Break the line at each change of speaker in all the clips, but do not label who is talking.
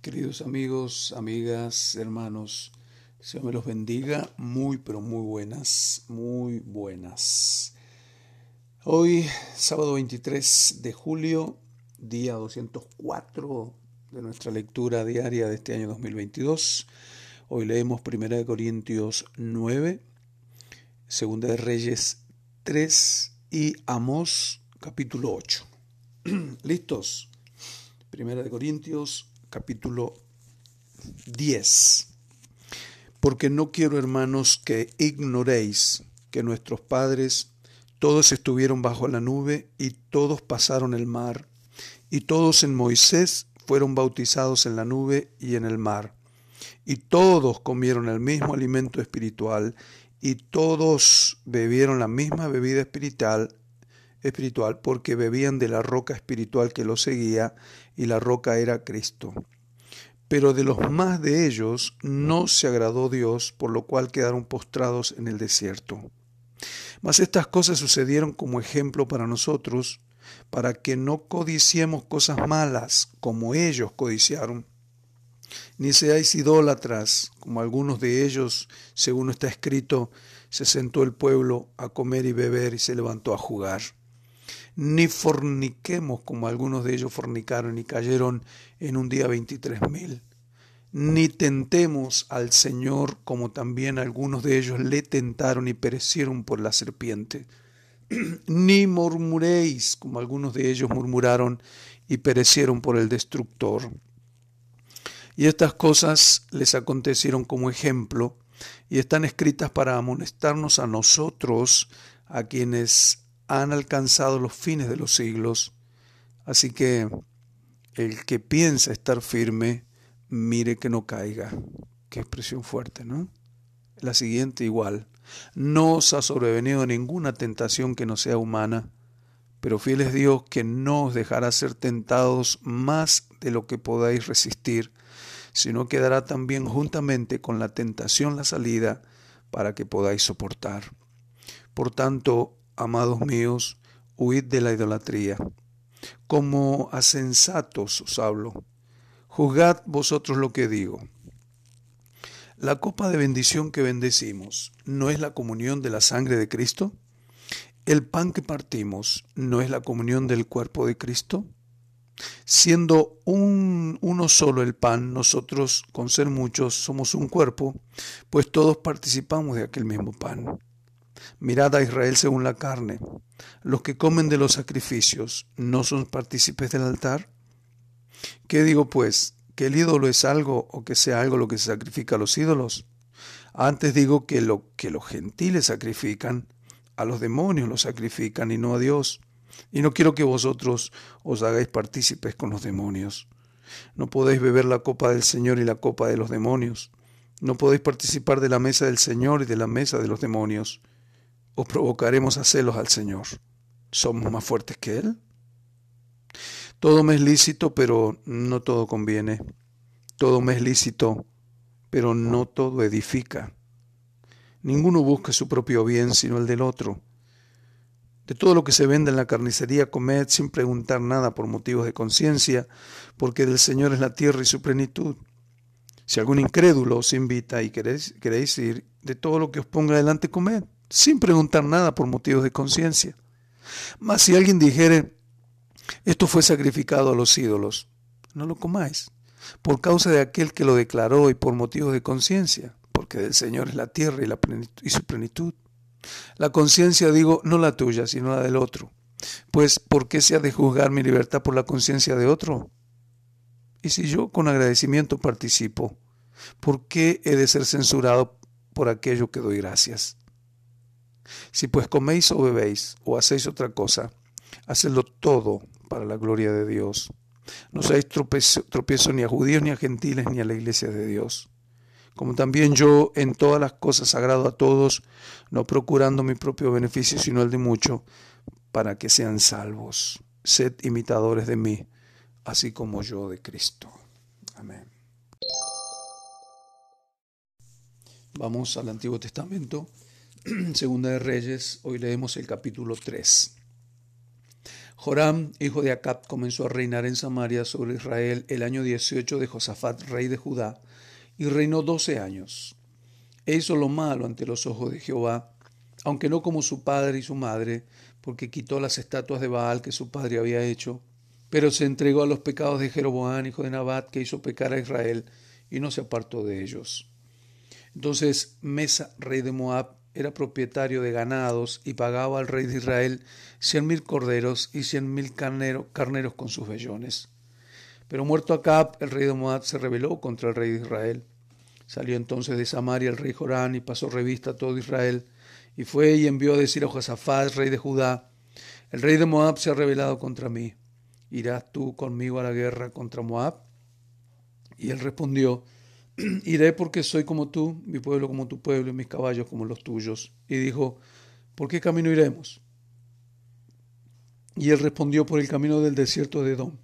Queridos amigos, amigas, hermanos, Señor me los bendiga, muy pero muy buenas, muy buenas. Hoy, sábado 23 de julio, día 204 de nuestra lectura diaria de este año 2022. Hoy leemos 1 Corintios 9, 2 de Reyes 3 y Amós capítulo 8. ¿Listos? 1 Corintios capítulo 10. Porque no quiero, hermanos, que ignoréis que nuestros padres todos estuvieron bajo la nube y todos pasaron el mar, y todos en Moisés fueron bautizados en la nube y en el mar, y todos comieron el mismo alimento espiritual, y todos bebieron la misma bebida espiritual, porque bebían de la roca espiritual que los seguía, y la roca era Cristo. Pero de los más de ellos no se agradó Dios, por lo cual quedaron postrados en el desierto. Mas estas cosas sucedieron como ejemplo para nosotros, para que no codiciemos cosas malas como ellos codiciaron, ni seáis idólatras como algunos de ellos, según está escrito, se sentó el pueblo a comer y beber y se levantó a jugar. Ni forniquemos como algunos de ellos fornicaron y cayeron en un día 23,000. Ni tentemos al Señor como también algunos de ellos le tentaron y perecieron por la serpiente. Ni murmuréis como algunos de ellos murmuraron y perecieron por el destructor. Y estas cosas les acontecieron como ejemplo y están escritas para amonestarnos a nosotros, a quienes han alcanzado los fines de los siglos. Así que el que piensa estar firme, mire que no caiga. Qué expresión fuerte, ¿no? La siguiente igual. No os ha sobrevenido ninguna tentación que no sea humana, pero fiel es Dios, que no os dejará ser tentados más de lo que podáis resistir, sino que dará también juntamente con la tentación la salida para que podáis soportar. Por tanto, amados míos, huid de la idolatría. Como a sensatos os hablo. Juzgad vosotros lo que digo. La copa de bendición que bendecimos, ¿no es la comunión de la sangre de Cristo? ¿El pan que partimos, no es la comunión del cuerpo de Cristo? Siendo uno solo el pan, nosotros, con ser muchos, somos un cuerpo, pues todos participamos de aquel mismo pan. Mirad a Israel según la carne. Los que comen de los sacrificios, ¿no son partícipes del altar? ¿Qué digo pues? ¿Que el ídolo es algo o que sea algo lo que se sacrifica a los ídolos? Antes digo que lo que los gentiles sacrifican, a los demonios los sacrifican y no a Dios. Y no quiero que vosotros os hagáis partícipes con los demonios. No podéis beber la copa del Señor y la copa de los demonios. No podéis participar de la mesa del Señor y de la mesa de los demonios. ¿Os provocaremos a celos al Señor? ¿Somos más fuertes que Él? Todo me es lícito, pero no todo conviene. Todo me es lícito, pero no todo edifica. Ninguno busca su propio bien, sino el del otro. De todo lo que se vende en la carnicería, comed sin preguntar nada por motivos de conciencia, porque del Señor es la tierra y su plenitud. Si algún incrédulo os invita y queréis ir, de todo lo que os ponga delante comed, sin preguntar nada por motivos de conciencia. Mas si alguien dijere, esto fue sacrificado a los ídolos, no lo comáis, por causa de aquel que lo declaró y por motivos de conciencia, porque del Señor es la tierra y su plenitud. La conciencia, digo, no la tuya, sino la del otro. Pues, ¿por qué se ha de juzgar mi libertad por la conciencia de otro? Y si yo con agradecimiento participo, ¿por qué he de ser censurado por aquello que doy gracias? Si pues coméis o bebéis o hacéis otra cosa, hacedlo todo para la gloria de Dios. No seáis tropiezo ni a judíos, ni a gentiles, ni a la iglesia de Dios. Como también yo en todas las cosas agrado a todos, no procurando mi propio beneficio, sino el de muchos, para que sean salvos. Sed imitadores de mí, así como yo de Cristo. Amén. Vamos al Antiguo Testamento, Segunda de Reyes, hoy leemos el capítulo 3. Joram, hijo de Acab, comenzó a reinar en Samaria sobre Israel el año 18 de Josafat, rey de Judá, y reinó 12 años. E hizo lo malo ante los ojos de Jehová, aunque no como su padre y su madre, porque quitó las estatuas de Baal que su padre había hecho, pero se entregó a los pecados de Jeroboam, hijo de Nabat, que hizo pecar a Israel, y no se apartó de ellos. Entonces Mesa, rey de Moab, era propietario de ganados y pagaba al rey de Israel 100,000 corderos y 100,000 carneros con sus vellones. Pero muerto Acab, el rey de Moab se rebeló contra el rey de Israel. Salió entonces de Samaria el rey Joram y pasó revista a todo Israel, y fue y envió a decir a Josafat, rey de Judá: el rey de Moab se ha rebelado contra mí. ¿Irás tú conmigo a la guerra contra Moab? Y él respondió: iré porque soy como tú, mi pueblo como tu pueblo y mis caballos como los tuyos. Y dijo: ¿por qué camino iremos? Y él respondió: por el camino del desierto de Edom.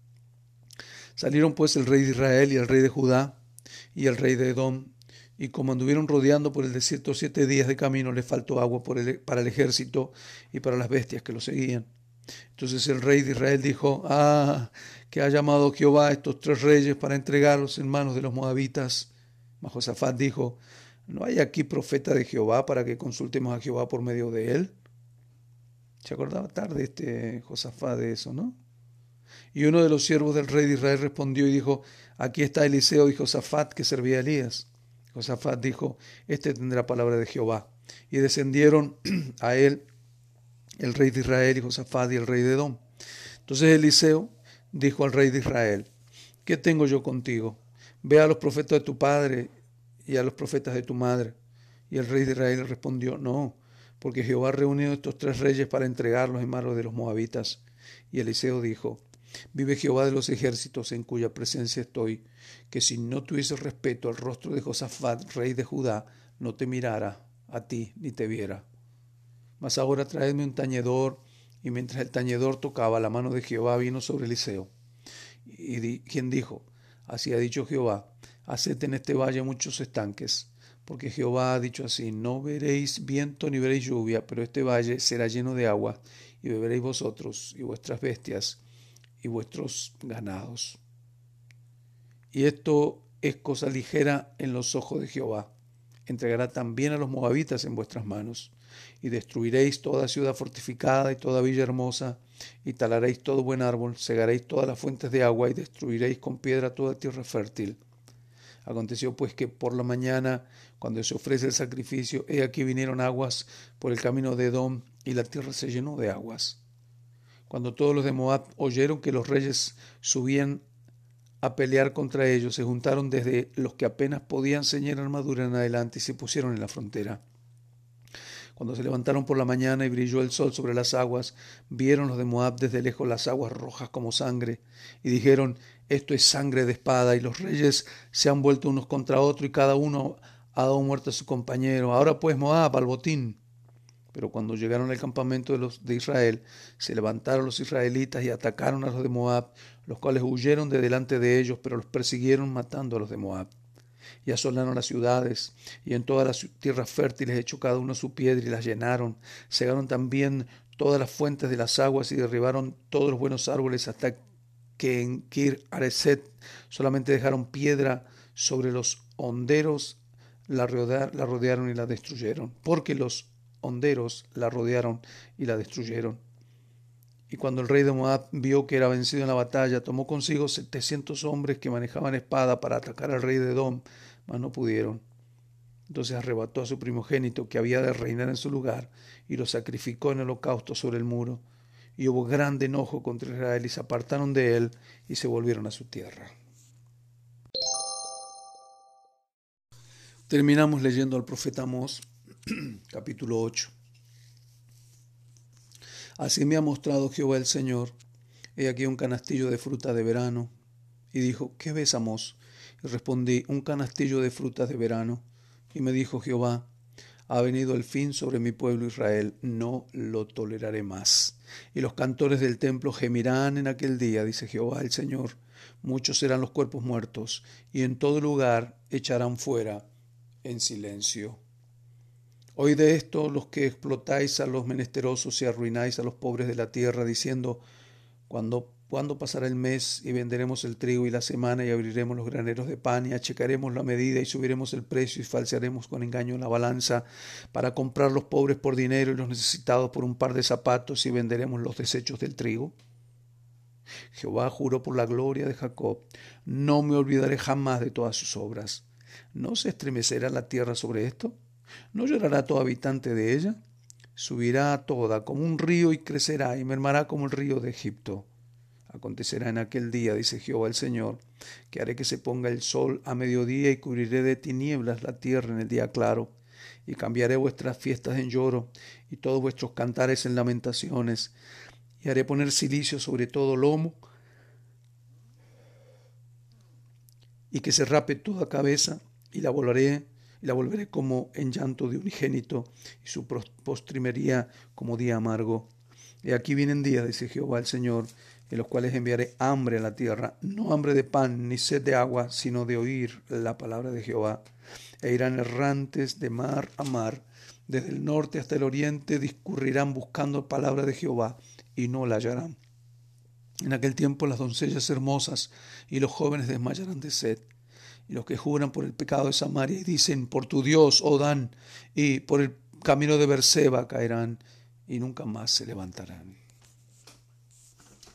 Salieron pues el rey de Israel y el rey de Judá y el rey de Edom, y como anduvieron rodeando por el desierto 7 días de camino, les faltó agua para el ejército y para las bestias que lo seguían. Entonces el rey de Israel dijo: que ha llamado Jehová a estos 3 reyes para entregarlos en manos de los moabitas. Mas Josafat dijo: ¿no hay aquí profeta de Jehová para que consultemos a Jehová por medio de él? Se acordaba tarde Josafat de eso, ¿no? Y uno de los siervos del rey de Israel respondió y dijo: aquí está Eliseo y Josafat, que servía a Elías. Josafat dijo: este tendrá palabra de Jehová. Y descendieron a él el rey de Israel y Josafat y el rey de Edom. Entonces Eliseo dijo al rey de Israel: ¿qué tengo yo contigo? Ve a los profetas de tu padre y a los profetas de tu madre. Y el rey de Israel respondió: no, porque Jehová ha reunido estos 3 reyes para entregarlos en manos de los moabitas. Y Eliseo dijo: vive Jehová de los ejércitos, en cuya presencia estoy, que si no tuviese respeto al rostro de Josafat, rey de Judá, no te mirara a ti ni te viera. Mas ahora traedme un tañedor. Y mientras el tañedor tocaba, la mano de Jehová vino sobre Eliseo. Quien dijo: así ha dicho Jehová: haced en este valle muchos estanques, porque Jehová ha dicho así: no veréis viento ni veréis lluvia, pero este valle será lleno de agua, y beberéis vosotros y vuestras bestias y vuestros ganados. Y esto es cosa ligera en los ojos de Jehová. Entregará también a los moabitas en vuestras manos, y destruiréis toda ciudad fortificada y toda villa hermosa, y talaréis todo buen árbol, cegaréis todas las fuentes de agua, y destruiréis con piedra toda tierra fértil. Aconteció pues que por la mañana, cuando se ofrece el sacrificio, he aquí vinieron aguas por el camino de Edom, y la tierra se llenó de aguas. Cuando todos los de Moab oyeron que los reyes subían a pelear contra ellos, se juntaron desde los que apenas podían ceñir armadura en adelante y se pusieron en la frontera. Cuando se levantaron por la mañana y brilló el sol sobre las aguas, vieron los de Moab desde lejos las aguas rojas como sangre, y dijeron: esto es sangre de espada, y los reyes se han vuelto unos contra otros, y cada uno ha dado muerte a su compañero. Ahora pues, Moab, al botín. Pero cuando llegaron al campamento de los de Israel, se levantaron los israelitas y atacaron a los de Moab, los cuales huyeron de delante de ellos, pero los persiguieron matando a los de Moab. Y asolaron las ciudades, y en todas las tierras fértiles echó cada uno su piedra y las llenaron. Cegaron también todas las fuentes de las aguas y derribaron todos los buenos árboles, hasta que en Kir Hareset solamente dejaron piedra sobre los honderos, la rodearon y la destruyeron, porque los honderos la rodearon y la destruyeron. Y cuando el rey de Moab vio que era vencido en la batalla, tomó consigo 700 hombres que manejaban espada para atacar al rey de Edom, mas no pudieron. Entonces arrebató a su primogénito, que había de reinar en su lugar, y lo sacrificó en holocausto sobre el muro. Y hubo grande enojo contra Israel, y se apartaron de él, y se volvieron a su tierra. Terminamos leyendo al profeta Amós, capítulo 8. Así me ha mostrado Jehová el Señor. He aquí un canastillo de fruta de verano. Y dijo: ¿qué ves, Amós? Y respondí: un canastillo de frutas de verano. Y me dijo Jehová: ha venido el fin sobre mi pueblo Israel, no lo toleraré más. Y los cantores del templo gemirán en aquel día, dice Jehová el Señor. Muchos serán los cuerpos muertos, y en todo lugar echarán fuera en silencio. Oíd de esto los que explotáis a los menesterosos y arruináis a los pobres de la tierra, diciendo, ¿cuándo pasará el mes y venderemos el trigo y la semana y abriremos los graneros de pan y achicaremos la medida y subiremos el precio y falsearemos con engaño la balanza para comprar los pobres por dinero y los necesitados por un par de zapatos y venderemos los desechos del trigo? Jehová juró por la gloria de Jacob, no me olvidaré jamás de todas sus obras. ¿No se estremecerá la tierra sobre esto? ¿No llorará todo habitante de ella? Subirá toda como un río y crecerá y mermará como el río de Egipto. Acontecerá en aquel día, dice Jehová el Señor, que haré que se ponga el sol a mediodía y cubriré de tinieblas la tierra en el día claro, y cambiaré vuestras fiestas en lloro y todos vuestros cantares en lamentaciones, y haré poner cilicio sobre todo lomo, y que se rape toda cabeza, y la volveré como en llanto de unigénito, y su postrimería como día amargo. Y aquí vienen días, dice Jehová el Señor, en los cuales enviaré hambre a la tierra, no hambre de pan ni sed de agua, sino de oír la palabra de Jehová. E irán errantes de mar a mar, desde el norte hasta el oriente discurrirán buscando palabra de Jehová, y no la hallarán. En aquel tiempo las doncellas hermosas y los jóvenes desmayarán de sed, y los que juran por el pecado de Samaria y dicen, por tu Dios, oh Dan, y por el camino de Berseba caerán, y nunca más se levantarán.